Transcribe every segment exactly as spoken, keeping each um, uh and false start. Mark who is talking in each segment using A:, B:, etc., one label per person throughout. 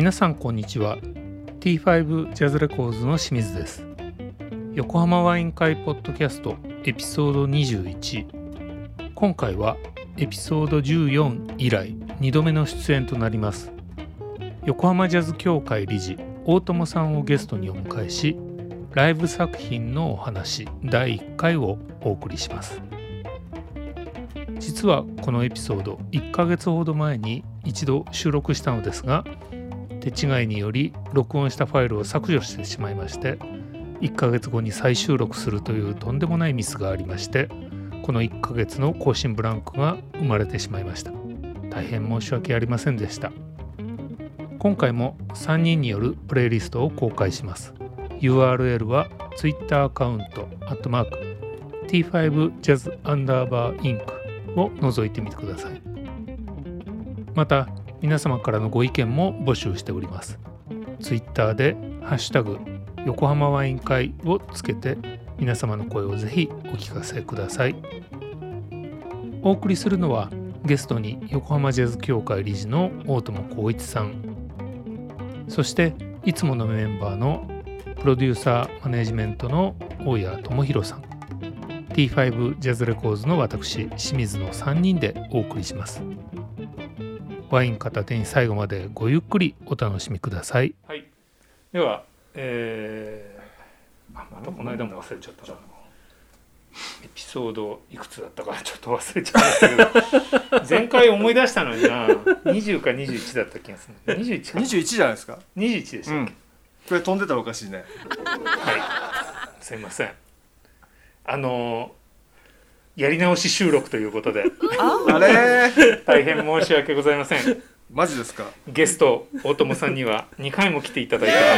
A: 皆さんこんにちは。 ティーファイブ ジャズレコーズの清水です。横浜ワイン会ポッドキャストエピソードにじゅういち、今回はエピソードじゅうよん以来にどめの出演となります。横浜ジャズ協会理事大友さんをゲストにお迎えし、ライブ作品のお話だいいっかいをお送りします。実はこのエピソードいっかげつほど前に一度収録したのですが、手違いにより録音したファイルを削除してしまいまして、いっかげつごに再収録するというとんでもないミスがありまして、このいっかげつの更新ブランクが生まれてしまいました。大変申し訳ありませんでした。今回もさんにんによるプレイリストを公開します。 ユーアールエル は Twitter アカウントアットマーク ティーファイブ ジャズ アンダーバーインクを覗いてみてください。また皆様からのご意見も募集しております。ツイッターでハッシュタグ横浜ワイン会をつけて皆様の声をぜひお聞かせください。お送りするのはゲストに横浜ジャズ協会理事の大友光一さん、そしていつものメンバーのプロデューサーマネジメントの大谷智弘さん、 ティーファイブ ジャズレコーズの私清水のさんにんでお送りします。ワイン片手に最後までごゆっくりお楽しみください。はい、では、えー、あまたこの間も忘れちゃったな。エピソードいくつだったかちょっと忘れちゃいましたけど前回思い出したのにな、にじゅうかにじゅういちだった気がする。にじゅういちか、
B: にじゅういちじゃないですか。
A: にじゅういちでしたっけ、うん、
B: これ飛んでたらおかしいね。
A: はい、すいません。あのやり直し収録ということで
B: あれ
A: 大変申し訳ございません。
B: マジですか。
A: ゲスト大友さんにはにかいも来ていただいてます。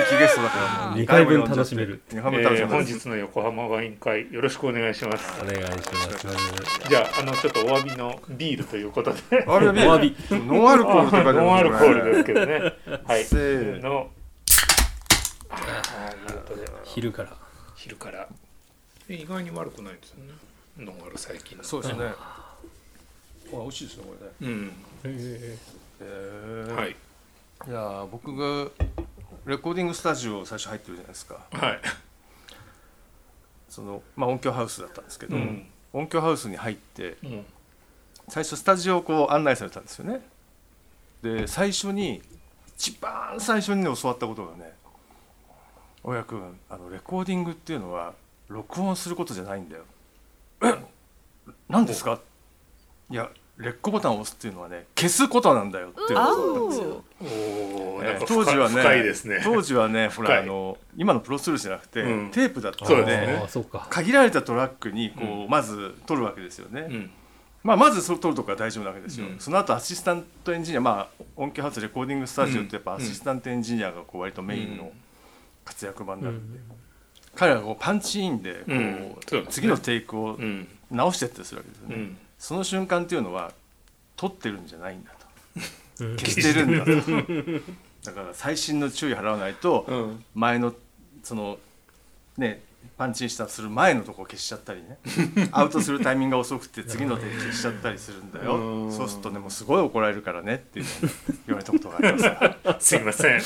B: 人気ゲストだからもう
C: にかいぶん楽しめる。
A: えー、本日の横浜ワイン会よろしくお願いします。
C: お願いします。
A: じゃあ、あのちょっとお詫びのビールということで
B: あれビールノンアルコールとかでも
A: ノンアルコールですけどねはい、
B: せー
A: のあ
C: 昼から
A: 昼から意外に悪くないですよね、ノンアル最近の。
B: そうですね。美味しいですねこれね。うん。
C: へ
B: えー、
A: はい。
B: いや僕がレコーディングスタジオ最初入ってるじゃないですか。
A: はい。
B: そのまあ音響ハウスだったんですけど、うん、音響ハウスに入って、うん、最初スタジオをこう案内されたんですよね。で最初に一番最初にね教わったことがね、大谷君、あのレコーディングっていうのは録音することじゃないんだよ。え、何ですか。いやレッコボタンを押すっていうのはね消すことなんだよっていうことだったんですよ。
A: おー、
B: なんか当時はね、
A: 深いですね。
B: 当時はねほらあの今のプロツールじゃなくて、うん、テープだったので、ね、限られたトラックにこう、うん、まず撮るわけですよね。うん、まあ、まずそれ撮るとこは大丈夫なわけですよ。うん、その後アシスタントエンジニア、まあ音響ハウスレコーディングスタジオってやっぱアシスタントエンジニアがこう割とメインの活躍場になるんで、うん、彼らがこうパンチインでこう、うん、次のテイクを直してってするわけですよね。うん、その瞬間っていうのは撮ってるんじゃないんだと、消してるんだとだから細心の注意払わないと、うん、前のそのねパンチンしたする前のとこを消しちゃったりねアウトするタイミングが遅くて次の手消しちゃったりするんだよそうするとねもうすごい怒られるからねっていうのを言われたことがあります
A: すいません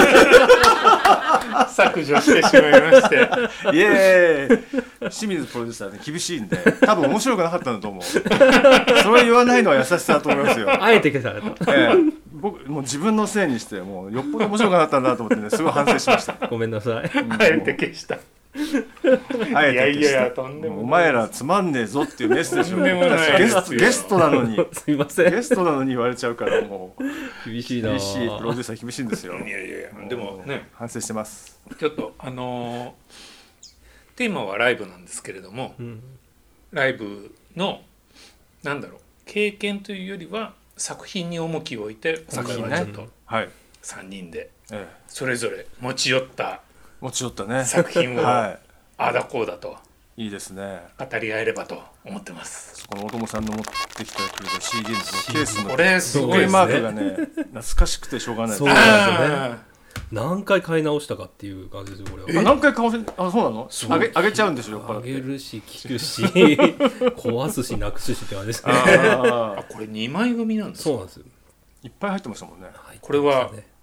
A: 削除してしまいまして
B: イエーイ。清水プロデューサーね厳しいんで多分面白くなかったんだと思うそれ言わないのは優しさだと思いますよ。
C: あえて消された、
B: えー、僕もう自分のせいにしてもうよっぽど面白くなかったんだと思ってねすごい反省しました。
C: ごめんなさい。
A: あえて消した
B: あえて消した。いやい
A: やとんでもない。
B: お前らつまんねえぞっていうメッセージをゲスト、ゲストなのに
C: すいません
B: ゲストなのに言われちゃうからも
C: う厳しいな。
B: 厳しいプロデューサー厳しいんですよ。
A: いやいやいやでもね
B: 反省してます。
A: ちょっとあのー、テーマはライブなんですけれども、うん、ライブのなんだろう経験というよりは作品に重きを置いて今回はちょっとさんにんでそれぞれ持ち寄った
B: 持ち寄ったね
A: 作品をああだこうだと
B: いいですね
A: 語り合えればと思ってます。
B: そこの大友さんの持ってきてくれた シーディー のケースの
A: これすごいですね
B: マークがね懐かしくてしょうがない。
C: そうなんですよね。何回買い直したかっていう感じですよこれは。
B: あ何回買わせあそうなのあげあげちゃうんでしょ。
C: あげるし聞くし壊すしなくすしって感じですね。
A: ああこれにまい組なんですか。
C: そうなんですよ。
B: いっぱい入ってましたもんね。
A: これは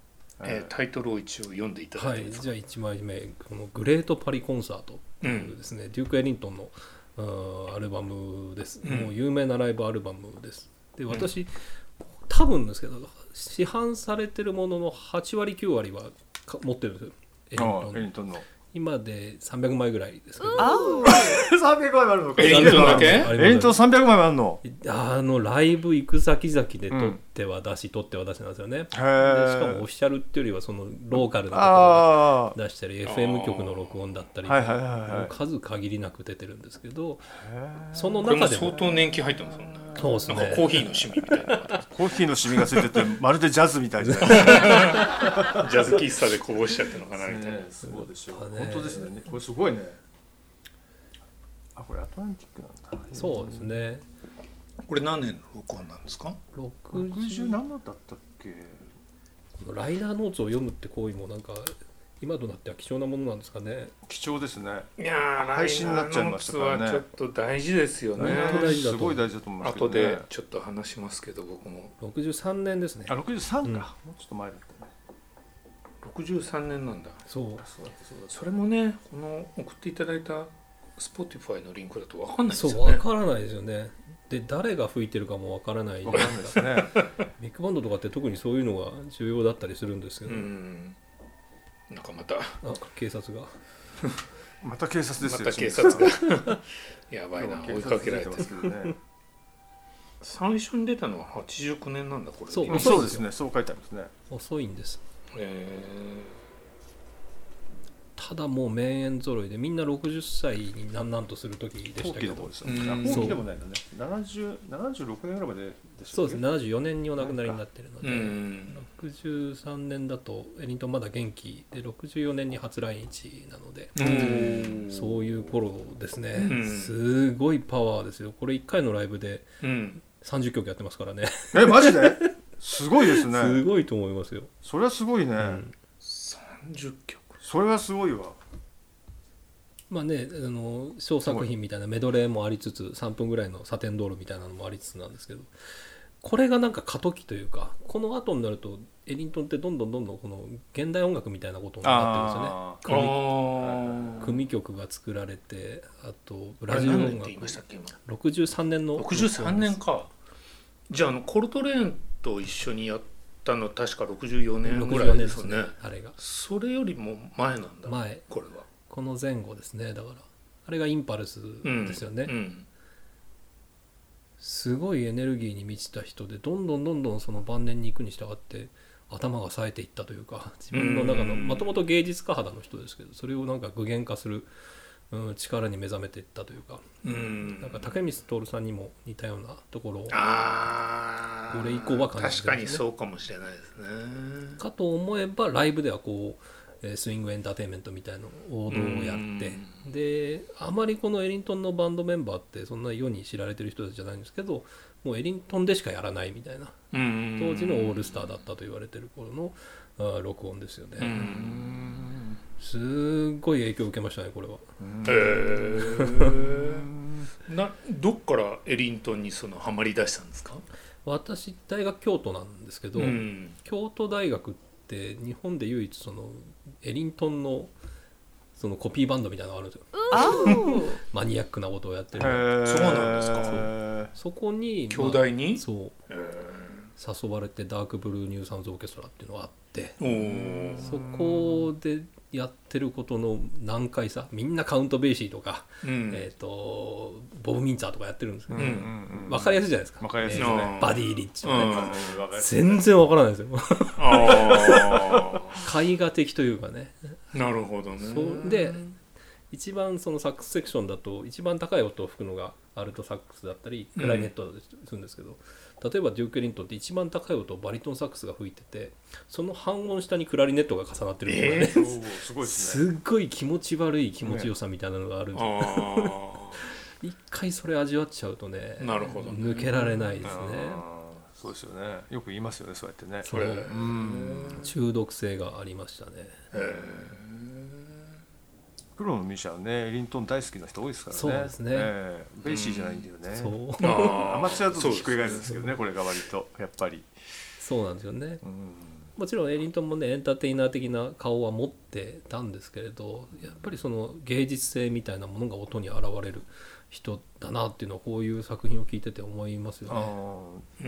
D: えー、タイトルを一応読んでいただいていいですか。
C: はい、じゃあいちまいめ、このグレートパリコンサートというですね、うん、デューク・エリントンのアルバムです、うん、もう有名なライブアルバムです。で私、うん、多分ですけど市販されてるもののはちわりきゅうわりは持ってるんですよ、エリントンの。エリントンの今でさんびゃくまいぐらいですけど。
B: あさんびゃくまいもあるのか。
D: エリントンだけ？
B: エリントンさんびゃくまいもあるの。
C: あのライブ行く先々で撮っては出し、うん、撮っては出しなんですよね。でしかもオフィシャルっていうよりはそのローカルなところを出したり エフエム 局の録音だったり、数限りなく出てるんですけど、その中でも
D: 相当年季入ってますもんね。
C: そうですね。
D: なんかコーヒーのシミみたいな。
B: コーヒーのシミがついててまるでジャズみたいじゃないですか。
D: ジャズ喫茶でこぼしちゃってるのかなみたいな。
B: そうでしょう。本当ですね。これすごいね。あ、これアトランティックなんだ。
C: そうですね。
D: これ何年の録音なんですか？
B: ろくじゅうななだったっけ？
C: ライナーノーツを読むって行為もなんか今となっては貴重なものなんですかね。
B: 貴重ですね。
D: いや
B: 配信になっちゃいましたからね。
D: ちょっと大事ですよね。
B: すごい大事だと思いますけどね。
D: 後でちょっと話しますけど僕も。
C: ろくじゅうさんねんですね。
B: あ、ろくじゅうさんか。うん、もうちょっと前だったね。
D: ろくじゅうさんねんなんだ。
C: そう。
D: それもね、この送っていただいた Spotify のリンクだと分かんないですよね。
C: そう、分からないですよね。で、誰が吹いてるかも分からない。
B: 分からないですね。
C: ビッグバンドとかって特にそういうのが重要だったりするんですけど。
D: うん。なんかまた。
C: あ、警察が。
B: また警察ですよ。
D: また警察が。やばいな、追いかけられてますけどね。最初に出たのははちじゅうきゅうねんなんだこれ。
B: そう、そうですね。そう書いてあるんですね。
C: 遅いんです。
D: え
C: ー、ただもう名演揃いでみんなろくじゅっさいになんなんとする時でしたけど、
B: 後期でもないのね。ななじゅう、ななじゅうろくねんぐらいまででしたっけ？
C: そうですね。ななじゅうよねんにお亡くなりになっているので、ろくじゅうさんねんだとエリントンまだ元気でろくじゅうよねんに初来日なので、そういう頃ですね。すごいパワーですよ。これいっかいのライブでさんじゅっきょくやってますからね。
B: え、マジですごいですね。
C: すごいと思いますよ。
B: それはすごいね。うん、
D: さんじゅっきょく。
B: それはすごいわ。
C: まあね、あの小作品みたいなメドレーもありつつ、さんぷんぐらいのサテンドールみたいなのもありつつなんですけど、これがなんか過渡期というか、この後になるとエリントンってどんどんどんどんこの現代音楽みたいなことになってるんですよね。組, 組曲が作られて、あとブラジル音楽。ろくじゅうさんねんの。
D: ろくじゅうさんねんか。じゃあ、あのコルトレーンと一緒にやったの確かろくじゅうよねんぐらいですよね。
C: ですね、あれが。
D: それよりも前なんだ。
C: 前。
D: これは。
C: この前後ですね。だからあれがインパルスですよね。うんうん、すごいエネルギーに満ちた人で、どんどんどんどんその晩年に行くに従って頭が冴えていったというか、自分の中のもともと芸術家肌の人ですけど、それをなんか具現化する、うん、力に目覚めていったというか、うん、なんか竹光徹さんにも似たようなところを、
D: あ
C: これ以降は感じてますね。
D: 確かにそうかもしれないですね。
C: かと思えばライブではこうスイングエンターテインメントみたいな王道をやって、であまりこのエリントンのバンドメンバーってそんな世に知られてる人たちじゃないんですけど、もうエリントンでしかやらないみたいな、当時のオールスターだったと言われてる頃のあ録音ですよね。すっごい影響を受けましたね、これは。
D: へーなどっからエリントンにそのハマり出したんですか？
C: 私大学京都なんですけど、うん、京都大学って日本で唯一そのエリントンのそのコピーバンドみたいなのがあるんですよ。マニアックなことをやってる。
D: そうなんですか。
C: そ, そこに
D: 京大に、
C: まあ、そう誘われてダークブルーニューサウンズオーケストラっていうのがあって、そこでやってることの難解さ、みんなカウントベイシーとか、うん、えー、とボブ・ミンツァーとかやってるんですけど、うんうんうん、分かりやすいじゃないですか。
B: 分かりやすいですね、
C: えー、バディ・リッチとか、ね、うん、全然分からないですよ。絵画的というかね。
D: なるほどね。
C: そうで一番そのサックスセクションだと一番高い音を吹くのがアルトサックスだったりクラリネットだったりするんですけど、うん、例えばデューク・エリントンって一番高い音をバリトンサックスが吹いてて、その半音下にクラリネットが重なってるんですよね。えー、すごいですね。すっごい気持ち悪い気持ちよさみたいなのがあるんですよ、ね、一回それ味わっちゃうとね、
D: なるほどね、
C: 抜けられないですね。
B: そうですよね。よく言いますよね、そうやってね。
C: それ、うん、中毒性がありましたね。へー、
B: プロのミュージシャンね、エリントン大好きな人多いですからね。
C: そうですね、
B: えー、ベイシーじゃないんだよね、うん、
C: そう
B: アマチュアだとひっくり返るんですけどね、これが割とやっぱり
C: そうなんですよね、うん、 もちろんエリントンもねエンターテイナー的な顔は持ってたんですけれど、やっぱりその芸術性みたいなものが音に現れる人だなっていうのはこういう作品を聞いてて思いますよね。
B: あ、うん、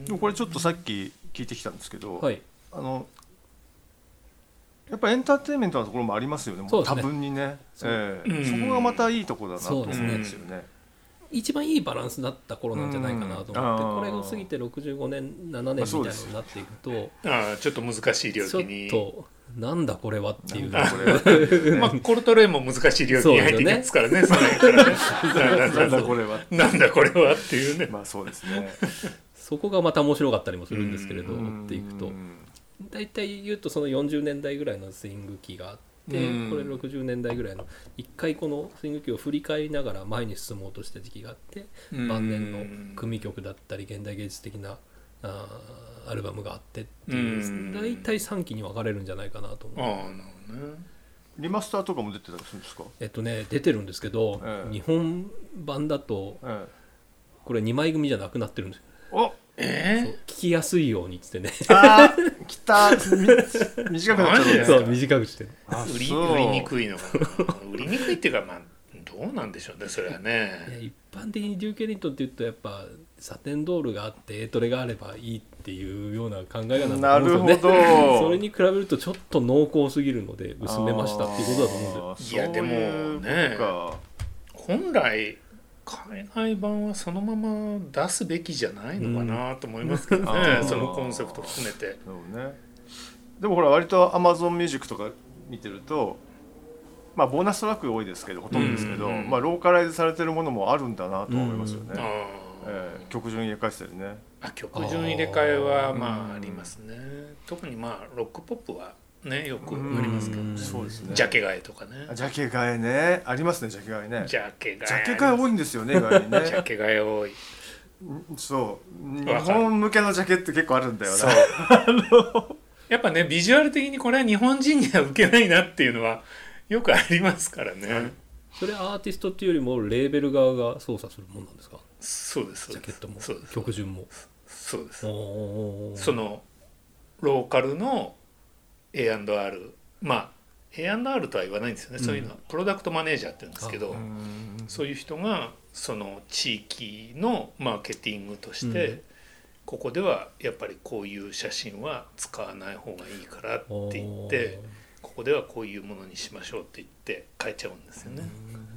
B: でもこれちょっとさっき聞いてきたんですけど、はい、あのやっぱエンターテインメントなところもありますよね。もう多分にね、そ, えー、そこがまたいいところだなと思うんですよね。
C: 一番いいバランスだった頃なんじゃないかなと思って、これが過ぎてろくじゅうごねんななねんみたいなのになっていくと、
D: ああちょっと難しい領域に
C: ちょっとなんだこれはっていう
D: まあコルトレーンも難しい領域に入ってきますからね。その辺からね
B: なんだこれは
D: なんだこれはっていうね。
B: まあそうですね。
C: そこがまた面白かったりもするんですけれど、追っていくと大体言うとそのよんじゅうねんだいぐらいのスイング期があってでこれろくじゅうねんだいぐらいの一回このスイング期を振り返りながら前に進もうとした時期があって、晩年の組曲だったり現代芸術的なあアルバムがあってっていう大体さんきに分かれるんじゃないかなと思う。
D: ああなるほどね。
B: リマスターとかも出てたりするんですか？
C: えっとね出てるんですけど、ええ、日本版だと、ええ、これにまい組じゃなくなってるんですよ。
B: お
C: えー、聞きやすいようにっつってね。
B: あーきた短くなっちゃうね。
C: そう短くして
D: 売り売りにくいのかな。売りにくいっていうかまあどうなんでしょうねそれはね。
C: いや一般的にデューケリントンって言うとやっぱサテンドールがあってエートレがあればいいっていうような考えがなんだと思うんですよね。なるほど。それに比べるとちょっと濃厚すぎるので薄めましたっていうことだと思うんですよ。
D: いやでもね本来海外版はそのまま出すべきじゃないのかなと思いますけどね、うん、そのコンセプト含めて。
B: そうね、でもほら割と Amazon Music とか見てるとまあボーナストラック多いですけどほとんどですけど、うんうん、まあローカライズされてるものもあるんだなと思いますよね、うんえー、曲順入れ替えてたりね。
D: あ曲順入れ替えはまあありますね。特にまあロックポップはねよくありますけどね。そうですね。ジャケ替えとかね。
B: ジャケ替えねありますね。ジャケ替えね。
D: ジャケ替え。
B: ジャケ替え多いんですよね意外にね。
D: ジャケ替え多い。
B: そう日本向けのジャケって結構あるんだよね。
D: そうやっぱねビジュアル的にこれは日本人には受けないなっていうのはよくありますからね。はい、
C: それアーティストっていうよりもレーベル側が操作するもんなんですか？
D: そうです。
C: ジャケットも曲順も。
D: そうです。そのローカルのエーアンドアール まあ エーアンドアール とは言わないんですよね、うん、そういうのはプロダクトマネージャーって言うんですけど、そういう人がその地域のマーケティングとして、うん、ここではやっぱりこういう写真は使わない方がいいからって言ってここではこういうものにしましょうって言って変えちゃうんですよね。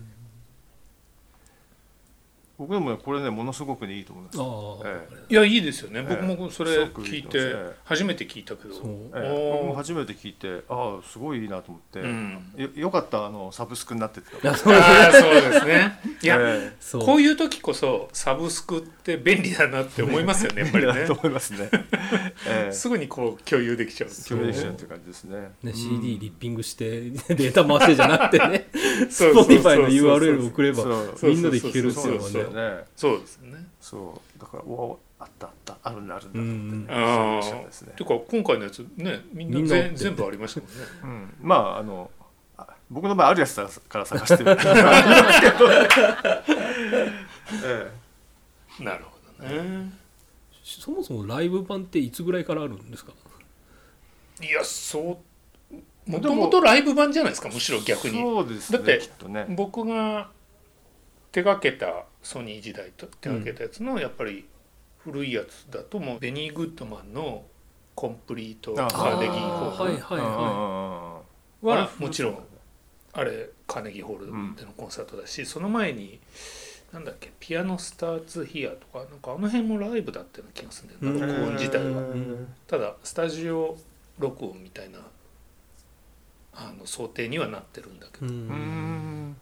B: 僕でもねこれねものすごくいいと思います。あ、
D: ええ、いやいいですよね。僕もそれ聞いて、ええ、初めて聞いたけど、
B: ええ、僕も初めて聞いてああすごいいいなと思って、うん、よ, よかったあのサブスクになってた。
D: あそうですね。いや、ええ、こういう時こそサブスクって便利だなって思いますよねやっぱりね。
B: と思いますね。
D: ええ、すぐにこう共有できちゃう。
B: 共有できちゃうっていう感じですね。
C: ね シーディー リッピングしてデータ回してじゃなくてね、Spotify の ユーアールエル を送ればみんなで聞けるっていうのはね。
D: そうですね。
B: そうだからおあったあったあるんだあるんだ
D: ってああですね。ていうか今回のやつねみんな全全部ありましたもんね。
B: うん、まああの僕の場合あるやつから探してる。え
D: え、なるほどね。
C: そもそもライブ版っていつぐらいからあるんですか？
D: いやそうもともとライブ版じゃないですかむしろ逆に。
B: そうですね。
D: だって
B: きっとね
D: 僕が手がけたソニー時代と手がけたやつのやっぱり古いやつだともうベニー・グッドマンのコンプリートカーネギーホールはもちろんあれカーネギーホールでのコンサートだし、その前になんだっけピアノスターツヒアとかなんかあの辺もライブだったような気がするんだよな、録音自体は。ただスタジオ録音みたいなあの想定にはなってるんだけど。うん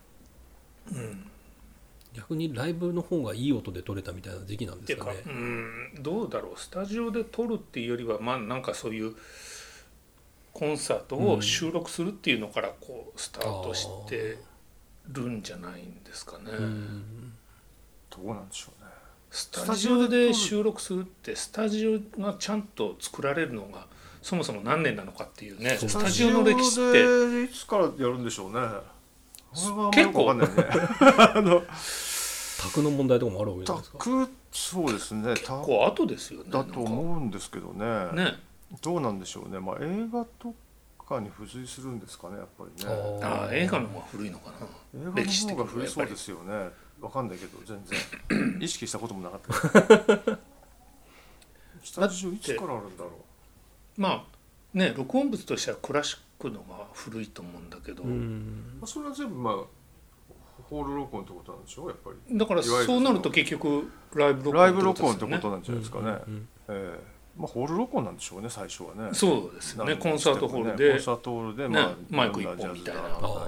C: 逆にライブの方がいい音で撮れたみたいな時期なんですかね。
D: うーんどうだろうスタジオで撮るっていうよりはまあなんかそういうコンサートを収録するっていうのからこうスタートしてるんじゃないんですかね。うん
B: どうなんでしょうね。
D: スタジオで収録するってスタジオがちゃんと作られるのがそもそも何年なのかっていうね。スタジオの歴史って
B: いつからやるんでしょうね。
D: 結構
B: わかんないね。あの
C: 卓の問題とかもあるわけじゃないですか。
B: 卓そうですね。
D: 結構後ですよね。
B: だと思うんですけどね。
D: ね。
B: どうなんでしょうね、まあ、映画とかに付随するんですかねやっぱりね。
D: ああ映画の方が古いのかな。
B: 映画の方が古そうですよね。わかんないけど全然意識したこともなかったスタジオいつからあるんだろ
D: う。まあね録音物としてはクラシックのが古いと思うんだけど、
B: うんそれは全部まあホール録音ってことなんでしょうやっぱり。
D: だからそうなると結局ライブ録音
B: ライブ録音ってことなんじゃないですかね。うんうんうん、えーまあ、ホール録音なんでしょうね最初はね。
D: そうですねコンサートホールで、
B: ね、コンサートホールで、まあ
D: ね、マイク一本みたいな、うん、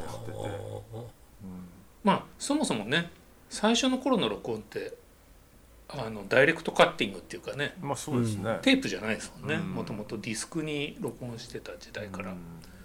D: まあそもそもね最初の頃の録音ってあのダイレクトカッティングっていうかね、
B: まあそうですね、
D: テープじゃないですもんねもともとディスクに録音してた時代から、うん、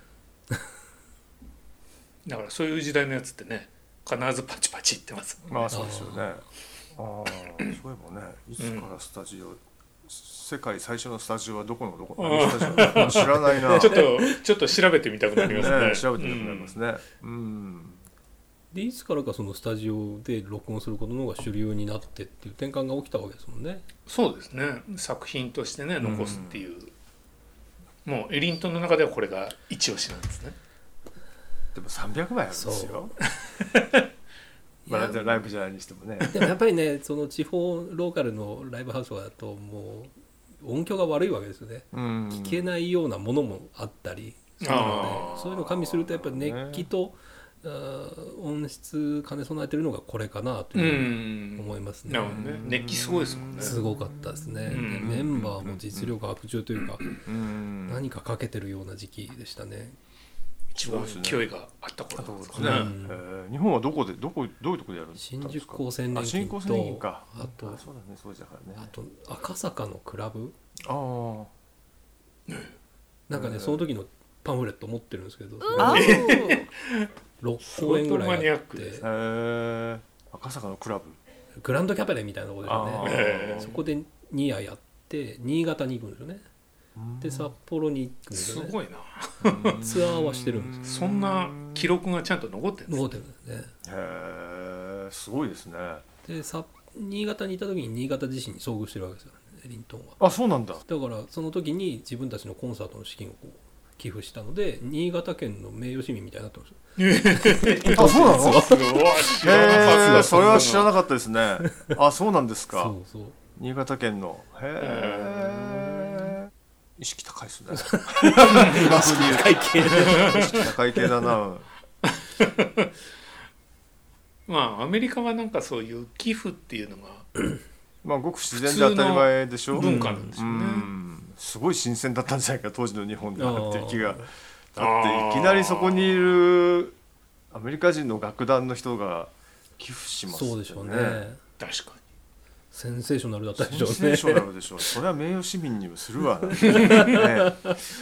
D: だからそういう時代のやつってね必ずパチパチいってますもんね。
B: まあそうですよね。ああそういえばねいつからスタジオ、うん世界最初のスタジオはどこのどこのスタジオ知らないな
D: ちょっとちょっと調べてみたくなりますね。
B: ね調べてみたくなりますね。うん。うん
C: でいつからかそのスタジオで録音することの方が主流になってっていう転換が起きたわけですもんね。
D: そうですね。作品としてね残すっていう、うん、もうエリントンの中ではこれが一押しなんですね。
B: でもさんびゃくまいあるんですよ。まあ、ライブじゃないにしてもね。
C: でもやっぱりねその地方ローカルのライブハウスだともう音響が悪いわけですよね。聞けないようなものもあったりするのでそういうのを加味するとやっぱり熱気と、ね、音質兼ね備えてるのがこれかなという思いますね。
D: なるほどね。熱気すごいですもんね。
C: すごかったですね。でメンバーも実力伯仲というか何かかけてるような時期でしたね。
D: 一番勢いがあった頃ですかね。
B: えー、日本はどこでどこどういうところでやるんですか。
C: 新宿高専連勤とあと
B: そうだねそうじゃからね。
C: あと赤坂のクラブ。
B: ああ。
C: なんかねその時のパンフレット持ってるんですけど、ろっこうえんぐらいあって、
B: えー、赤坂のクラブ。
C: グランドキャバレーみたいなところですよね。そこでに夜やって新潟に行くんですよね。で札幌に行くんですよね。
D: すごいな。
C: ツアーはしてるんです。
D: そんな記録がちゃんと残ってるんですね。
C: 残ってるんですね。へ
B: え、すごいですね。
C: でさ新潟にいた時に新潟地震に遭遇してるわけですよね、エリントンは。
B: あ、そうなんだ。
C: だからその時に自分たちのコンサートの資金をこう寄付したので新潟県の名誉市民みたいになってました。
B: あ、そうなの？すごい。へえ、それは知らなかったですね。あ、そうなんですか。
C: そうそう。
B: 新潟県の。へえ。意識高いですね。意識
C: 高い系。
B: 意識高い系だな。
D: まあアメリカはなんかそういう寄付っていうのが
B: まあごく自然で当たり前でしょ。
D: 文化なんですよね。
B: すごい新鮮だったんじゃないか当時の日本ではっていう気が。だっていきなりそこにいるアメリカ人の楽団の人が寄付しますよね。
C: そうでしょうね。
D: 確かに。
C: センセーショナルだったでしょうね。
B: センセーショナルでしょう。それは名誉市民にもするわなんて、ね。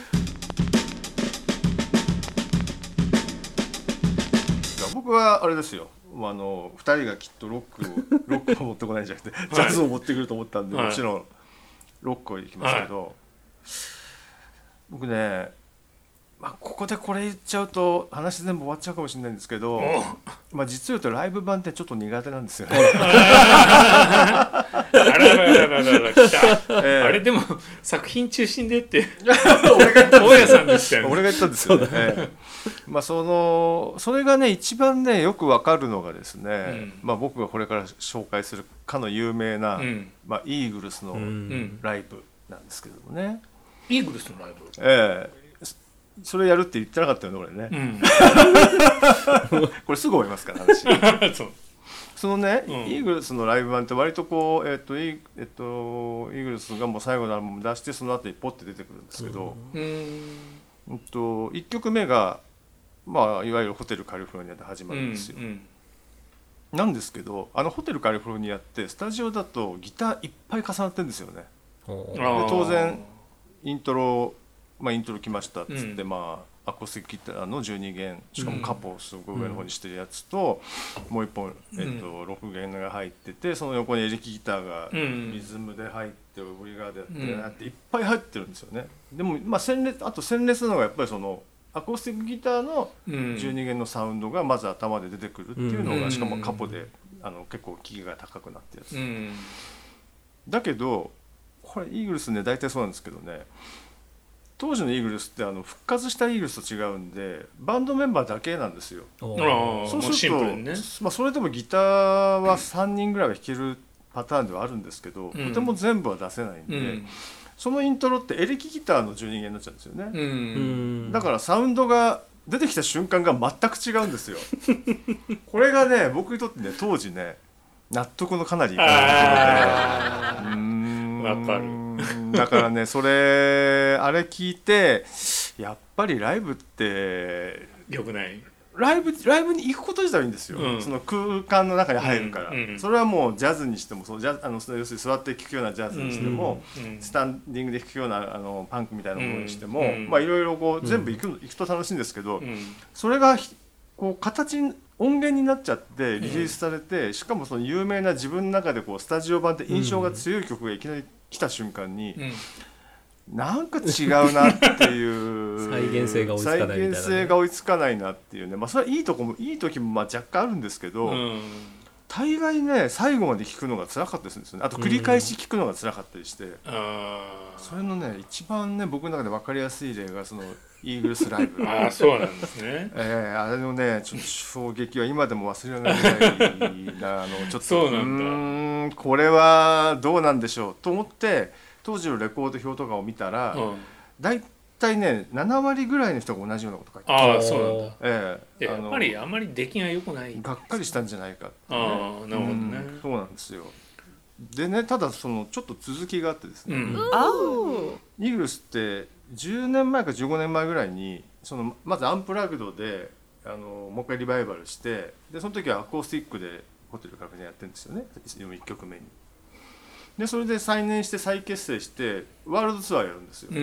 B: 僕はあれですよ。あのふたりがきっとロックをロックを持ってこないんじゃなくて、はい、ジャズを持ってくると思ったんで、はい、もちろんロックを行きますけど、はい、僕ね、まあ、ここでこれ言っちゃうと話全部終わっちゃうかもしれないんですけど、まあ、実を言うとライブ版ってちょっと苦手なんですよね。あ
D: らららららら来た、えー、あれでも作品中心でって
B: 俺が言ったん
D: ですよ、ね、したよね、
B: 俺が言ったんですよね。えー、まあそのそれがね一番ねよくわかるのがですね、うん、まあ、僕がこれから紹介するかの有名な、うん、まあ、イーグルスのライブなんですけどもね、
D: うん、イーグルスのライブ、
B: えーそれやるって言ってなかったよね俺ね、うん、これすぐ終わりますから話そう、そのね、うん、イーグルスのライブ版って割とこう、えーとイえー、とイーグルスがもう最後のアルバム出してその後にポッて出てくるんですけど、うんうん、といっきょくめが、まあ、いわゆるホテルカリフォルニアで始まるんですよ、うんうん、なんですけどあのホテルカリフォルニアってスタジオだとギターいっぱい重なってるんですよね。で当然イントロまあ、イントロ来ましたっつって、うん、まあ、アコースティックギターのじゅうにげんしかもカポをすごい上の方にしてるやつと、うん、もう一本、えっと、ろくげんが入っててその横にエレキギターがリズムで入ってオブリガーでやって、うん、っていっぱい入ってるんですよね。でも、まあ、鮮烈あと鮮烈なのがやっぱりそのアコースティックギターのじゅうにげんのサウンドがまず頭で出てくるっていうのが、うん、しかもカポであの結構キーが高くなってるやつ、うん、だけどこれイーグルスね大体そうなんですけどね、 当時のイーグルスってあの復活したイーグルスと違うんでバンドメンバーだけなんですよ。そうすると、ねまあ、それでもギターはさんにんぐらいは弾けるパターンではあるんですけど、うん、とても全部は出せないんで、うん、そのイントロってエレキギターのじゅうに弦になっちゃうんですよね、うん、だからサウンドが出てきた瞬間が全く違うんですよこれがね僕にとってね当時ね納得のかなりいかないところで、うーん
D: わかる
B: だからねそれあれ聞いてやっぱりライブって
D: 良くない
B: ライブライブに行くこと自体はいいんですよ、うん、その空間の中に入るから、うんうん、それはもうジャズにしてもそうジャあの要するに座って聴くようなジャズにしても、うんうん、スタンディングで聴くようなあのパンクみたいなものにしても、うん、まあいろいろこう全部行く、うん、行くと楽しいんですけど、うん、それがこう形音源になっちゃってリリースされて、うん、しかもその有名な自分の中でこうスタジオ版って印象が強い曲がいきなり来た瞬間に、うんなんか違うなっていう
C: 再現性が追いつかないみたいな、ね、
B: 再現性が追いつかないなっていうね、まあ、それはいいとこもいい時もまあ若干あるんですけど、うん、大概ね最後まで聞くのが辛かったですね。あと繰り返し聞くのが辛かったりして、うん、それのね一番ね僕の中で分かりやすい例がそのイーグルスライブ
D: ああそうなんですね、
B: えー、あれのねちょっと衝撃は今でも忘れられないなあのちょっと
D: そうなんだう
B: ーんこれはどうなんでしょうと思って当時のレコード表とかを見たら、うん、だいたいねなな割ぐらいの人が同じようなこと書いて
D: ああそうなんだ、
B: え
D: え、やっぱりあんまり出来が良くない
B: がっかりしたんじゃないかって、ね、
D: ああなるほどね、うん、
B: そうなんですよ。でねただそのちょっと続きがあってですね、うん、イーグルスってじゅうねんまえかじゅうごねんまえぐらいにそのまずアンプラグドであのもう一回リバイバルしてでその時はアコースティックでホテル各地でやってるんですよねいっきょくめに。でそれで再燃して再結成してワールドツアーやるんですよ、うん、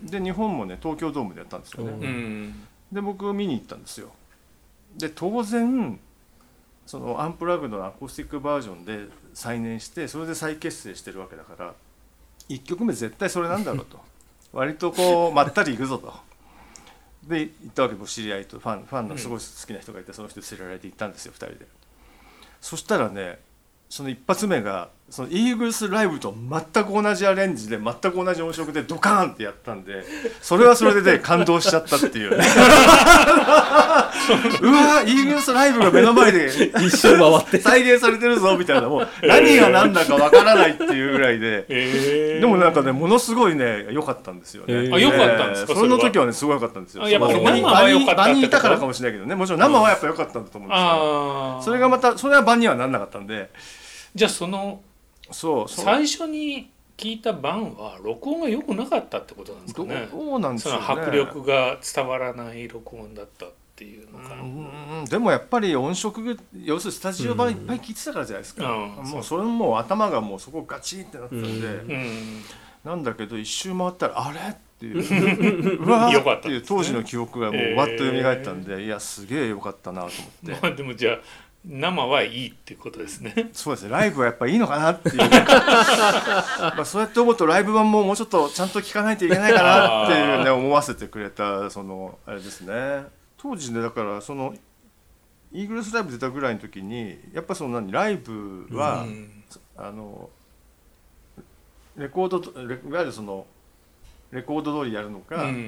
B: で日本もね東京ドームでやったんですよね、うん、で僕見に行ったんですよ。で当然そのアンプラグドのアコースティックバージョンで再燃してそれで再結成してるわけだからいっきょくめ絶対それなんだろうと割とこうまったりいくぞとで行ったわけ僕知り合いとファンファンのすごい好きな人がいてその人に連れられて行ったんですよふたりで。そしたらねその一発目がそのイーグルスライブと全く同じアレンジで全く同じ音色でドカーンってやったんでそれはそれで、ね、感動しちゃったっていうねうわイーグルスライブが目の前で
C: 一周回って
B: 再現されてるぞみたいなもう何が何だかわからないっていうぐらいで、えー、でもなんかねものすごいね良かったんですよね、え
D: ー、あ良かったんですか、
B: えー、その時はねすごい良かったんですよ。
D: やっぱ生は良かったって
B: 場にいたからかもしれないけどねもちろん生はやっぱ良かったんだと思うんですけど、うん、それがまたそれは場にはなんなかったんで
D: じゃあその
B: そうそう
D: 最初に聞いた版は録音が良くなかったってことなんですかね。
B: どうなんですかね。
D: その迫力が伝わらない録音だったっていうのかな。
B: うんでもやっぱり音色要するにスタジオ版いっぱい聞いてたからじゃないですか、うん、もうそれも頭がもうそこガチンってなってたんで、うん、なんだけど一周回ったらあれっていううわーっていう当時の記憶がもうわっと蘇ったんで、えー、いやすげえ良かったなと思って、
D: まあ、でもじゃあ生はいいっていうことですね。
B: そうですねライブはやっぱいいのかなっていう、まあそうやって思うとライブ版ももうちょっとちゃんと聴かないといけないかなっていうね思わせてくれたそのあれですね。当時ねだからそのイーグルスライブ出たぐらいの時にやっぱその何ライブは、うん、あのレコードレいわゆるそのレコード通りやるのか、うん、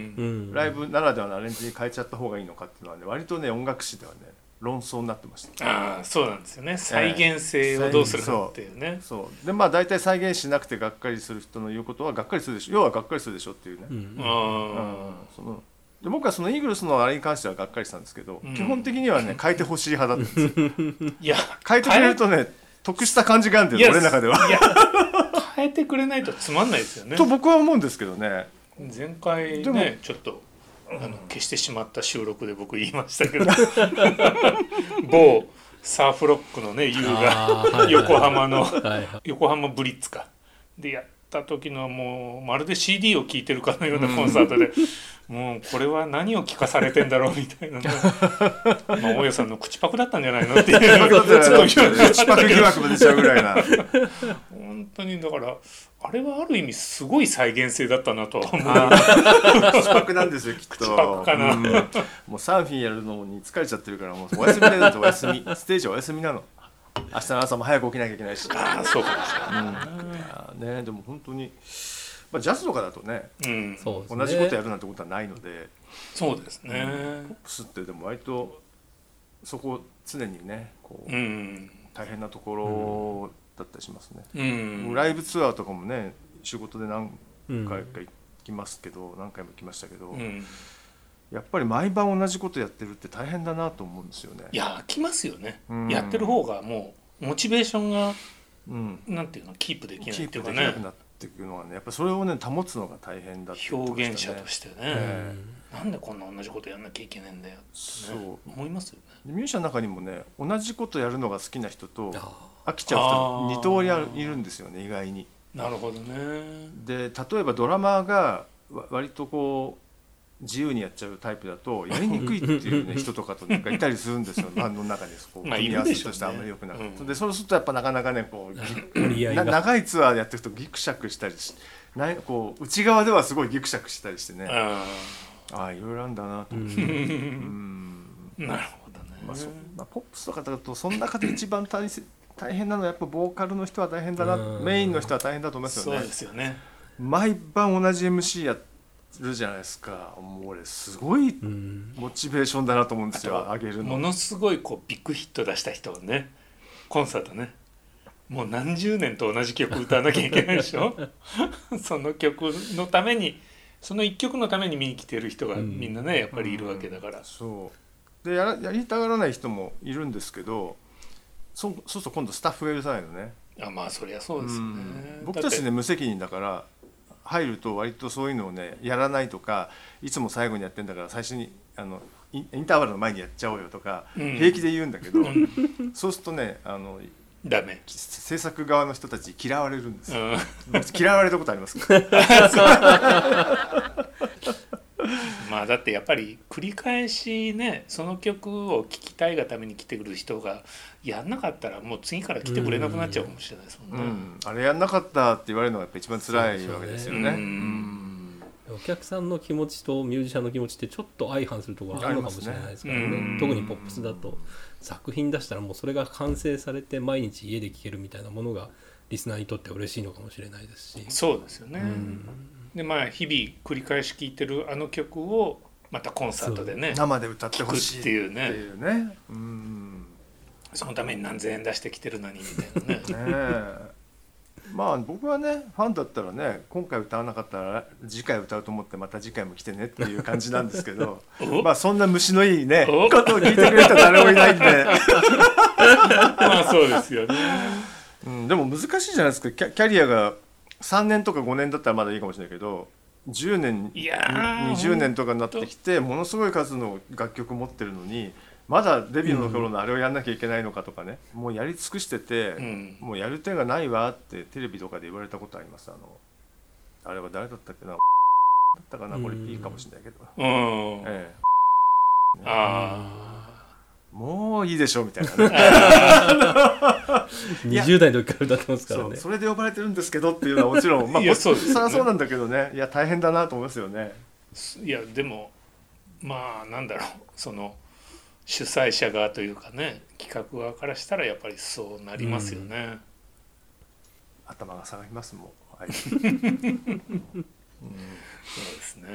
B: ライブならではのアレンジに変えちゃった方がいいのかっていうのはね割とね音楽史ではね論争になってました。
D: ああそうなんですよね。再現性をどうするかっていうね、えー、
B: そうそうでまあ大体再現しなくてがっかりする人の言うことはがっかりするでしょ要はがっかりするでしょっていうね、うん、あうんそので僕はそのイーグルスのあれに関してはがっかりしたんですけど、うん、基本的にはね変えてほしい派だったんですよいや変えてくれるとね得した感じがあるんだよ俺の中では。いや
D: 変えてくれないとつまんないですよね
B: と僕は思うんですけどね。
D: 前回ねちょっとあの消してしまった収録で僕言いましたけど某サーフロックのね ユー が横浜の横浜ブリッツかでやった時のもうまるで シーディー を聴いてるかのようなコンサートでもうこれは何を聞かされてんだろうみたいな、ね、まあ大家さんの口パクだったんじゃないのっていう
B: 口パク疑惑も出ちゃうぐらいな
D: 本当にだからあれはある意味すごい再現性だったなとは思う。
B: 口パクなんですよきっと。
D: 口パクかな、うん、も
B: うサーフィンやるのに疲れちゃってるからもうお休みだとお休みステージはお休みなの。明日の朝も早く起きなきゃいけないし。
D: ああそうかもしれない、
B: うんね、でも本当にまあ、ジャズとかだとね、うん、同じことやるなんてことはないので、
D: そうですね、
B: うん、ポップスってでも割とそこ常にねこう、うん、大変なところだったりしますね、うん、ライブツアーとかもね仕事で何回か行きますけど、うん、何回も行きましたけど、うん、やっぱり毎晩同じことやってるって大変だなと思うんですよね。
D: いや来ますよね、うん、やってる方がもうモチベーションが、うん、なんていうのキープできないっていうかね、キープできなくなっていくのはねやっぱそれをね保つのが大変だって言ってましたね。 表現者としてね、えー、なんでこんな同じことやんなきゃいけないんだよって、ね、そう思いますよね。
B: ミュージシャンの中にもね同じことやるのが好きな人と飽きちゃう人に通りいるんですよね意外に。
D: なるほどね。
B: で例えばドラマーが割とこう自由にやっちゃうタイプだとやりにくいっていう、ね、人とかとなんかいたりするんですよバンドの中にこう組み合わせとしてあんまり良くなくて、まあねうん、でそうするとやっぱなかなかねこうな長いツアーでやってるとギクシャクしたりしなこう内側ではすごいギクシャクしたりしてね、ああいろいろあるんだなと思って、うん、
D: なるほどね、
B: まあそまあ、ポップスとかだとその中で一番大切大変なのはやっぱボーカルの人は大変だな、メインの人は大変だと思いますよね。
D: そうですよね。
B: 毎晩同じ エムシー やるじゃないですか。もう俺すごいモチベーションだなと思うんですよ、上げるの。
D: ものすごいこうビッグヒット出した人はねコンサートねもう何十年と同じ曲歌わなきゃいけないでしょその曲のためにその一曲のために見に来てる人がみんなねやっぱりいるわけだから、うん、
B: そうで や, やりたがらない人もいるんですけどそ う, そうすると今度スタッフが許さないのね。
D: あまあそりゃそうですよね、
B: うん、僕たちね無責任だから入ると割とそういうのをねやらないとかいつも最後にやってんだから最初にあのインターバルの前にやっちゃおうよとか、うん、平気で言うんだけど、うん、そうするとねあの
D: ダメ
B: 制作側の人たち嫌われるんですよ、うん、嫌われたことありますか
D: まあだってやっぱり繰り返しねその曲を聴きたいがために来てくる人がやんなかったらもう次から来てくれなくなっちゃうかもしれないですもんね、うんうん、
B: あれやんなかったって言われるのがやっぱ一番辛いわけですよね。うん
C: うんお客さんの気持ちとミュージシャンの気持ちってちょっと相反するところがあるのかもしれないですからね、ね特にポップスだと作品出したらもうそれが完成されて毎日家で聴けるみたいなものがリスナーにとっては嬉しいのかもしれないですし。
D: そうですよね、うんでまあ、日々繰り返し聴いてるあの曲をまたコンサートでね
B: 生で歌ってほしい
D: っていうね、
B: っていうねうん
D: そのために何千円出してきてるのにみたいなね
B: ねまあ僕はねファンだったらね今回歌わなかったら次回歌うと思ってまた次回も来てねっていう感じなんですけどまあそんな虫のいいねことを聞いてくれる人は誰もいないんで
D: まあそうですよね、
B: うん、でも難しいじゃないですか。キャ、キャリアがさんねんとかごねんだったらまだいいかもしれないけどじゅうねんにじゅうねんとかになってきてものすごい数の楽曲持ってるのにまだデビューの頃のあれをやんなきゃいけないのかとかね、うん、もうやり尽くしてて、うん、もうやる手がないわってテレビとかで言われたことあります。あのあれは誰だったっけなだったかな、これ P かもしれないけど、うんええ、あもういいでしょみたいなね
C: にじゅう代の時から歌ってますからね。
B: そ, それで呼ばれてるんですけどっていうのはもちろん、まあ、いやそうですね、そりゃそうなんだけどねいや大変だなと思いますよね。
D: いやでもまあなんだろうその主催者側というかね企画側からしたらやっぱりそうなりますよね、うん、
B: 頭が下がりますもん、はいうん、
D: そうですね、うん、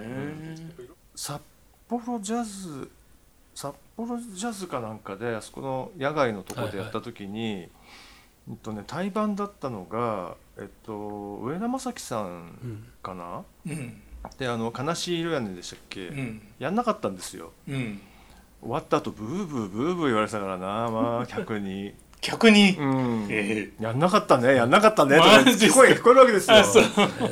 B: 札幌ジャズ札幌ジャズかなんかであそこの野外のところでやった時に、はいはいえっとね、対バンだったのが、えっと、上田正樹さんかな、うん、であの悲しい色やねんでしたっけ、うん、やんなかったんですよ、うん終わった後ブーブーブーブー言われてたからな、まあ客に
D: 客に、
B: うんえー、やんなかったねやんなかったねとか聞こえ聞こえるわけですよ。
C: そう、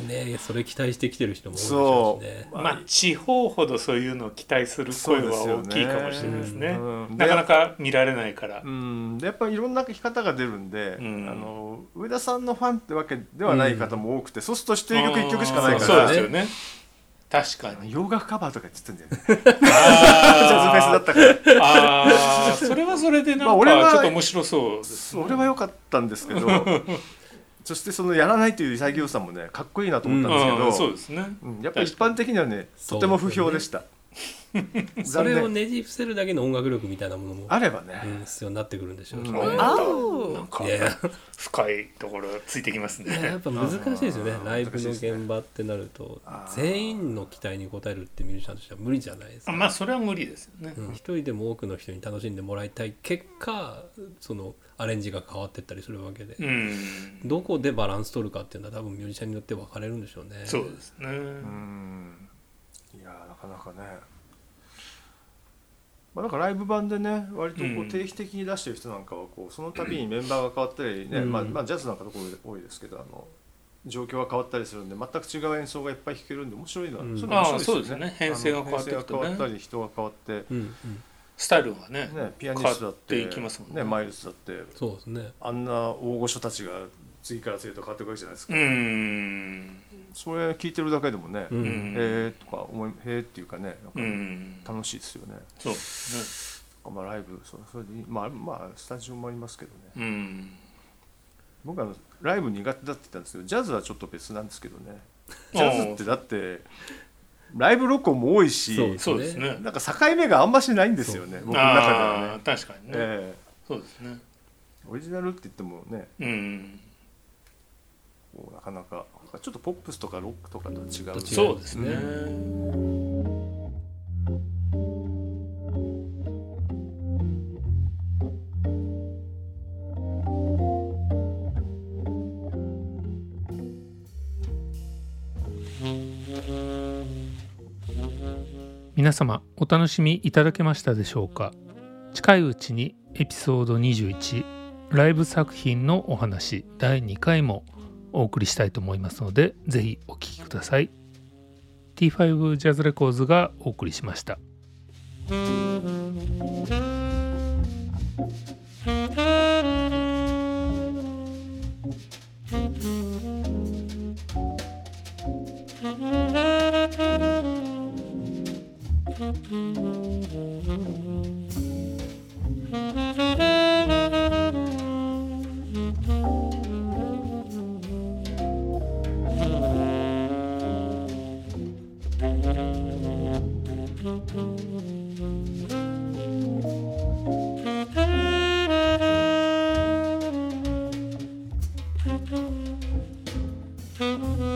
C: ね、それ期待してきてる人も多いでしょうしね。
D: そう、まあ、地方ほどそういうのを期待する声は大きいかもしれないですね、うん、なかなか見られないから、
B: うん、でやっぱりいろんな生き方が出るんで、うん、あの上田さんのファンってわけではない方も多くて、うん、そうすると指定曲いっきょくしかないから
D: そうですよね確かに
B: 洋楽カバーとか言ってたんだよねジャズフェスだったから
D: ああそれはそれでなんかちょっと面白そうです、
B: ね、俺は良かったんですけどそしてそのやらないという潔さもねかっこいいなと思ったんですけど、うん、
D: そうですね、
B: うん、やっぱり一般的にはねとても不評でした。
C: それをねじ伏せるだけの音楽力みたいなものも
B: あればね、
C: うん、必要になってくるんでしょうね、
D: うん、なんか深いところついてきますね。
C: やっぱ難しいですよねライブの現場ってなると全員の期待に応えるってミュージシャンとしては無理じゃないですか。
D: まあそれは無理ですよね、
C: うん、一人でも多くの人に楽しんでもらいたい結果そのアレンジが変わってったりするわけで、うん、どこでバランス取るかっていうのは多分ミュージシャンによって分かれるんでしょうね。
D: そうですね。う
B: んいやなかなかね、まあ、なんかライブ版でね割とこう定期的に出してる人なんかはこうその度にメンバーが変わったりね、うんまあ、まあジャズなんかところで多いですけどあの状況が変わったりするんで全く違う演奏がいっぱい弾けるんで面白いのは、うん、それ面白いですよね。
D: そうですね。編成が変わっていくとね、編成が変わったり
B: 人が変わって、うんうん、
D: スタイルが ね,
B: ねピアニストだって
D: いきますもんね。
B: ねマイルスだって
C: そうですね。
B: あんな大御所たちが次から次へと変わっていくわけじゃないですか。
D: うん
B: それ聞いてるだけでもね、うん、へえとか思いへえっていうかねなんか楽しいですよね。
D: そうですね。
B: まあライブそれそれでまあまあスタジオもありますけどね。
D: うん
B: 僕はライブ苦手だって言ったんですけどジャズはちょっと別なんですけどね。ジャズってだってライブ録音も多いし、
D: そうですね。
B: なんか境目があんましないんですよね。僕の中ではね。
D: 確かにね、えー。そうですね。
B: オリジナルって言ってもね。
D: うん
B: なかなかちょっとポップスとかロックとかとは違う。
D: そうですね、
A: 皆様お楽しみいただけましたでしょうか。近いうちにエピソードにじゅういちライブ作品のお話だいにかいもお送りしたいと思いますのでぜひお聞きください。 ティーファイブ ジャズレコーズがお送りしました。Mm-hmm.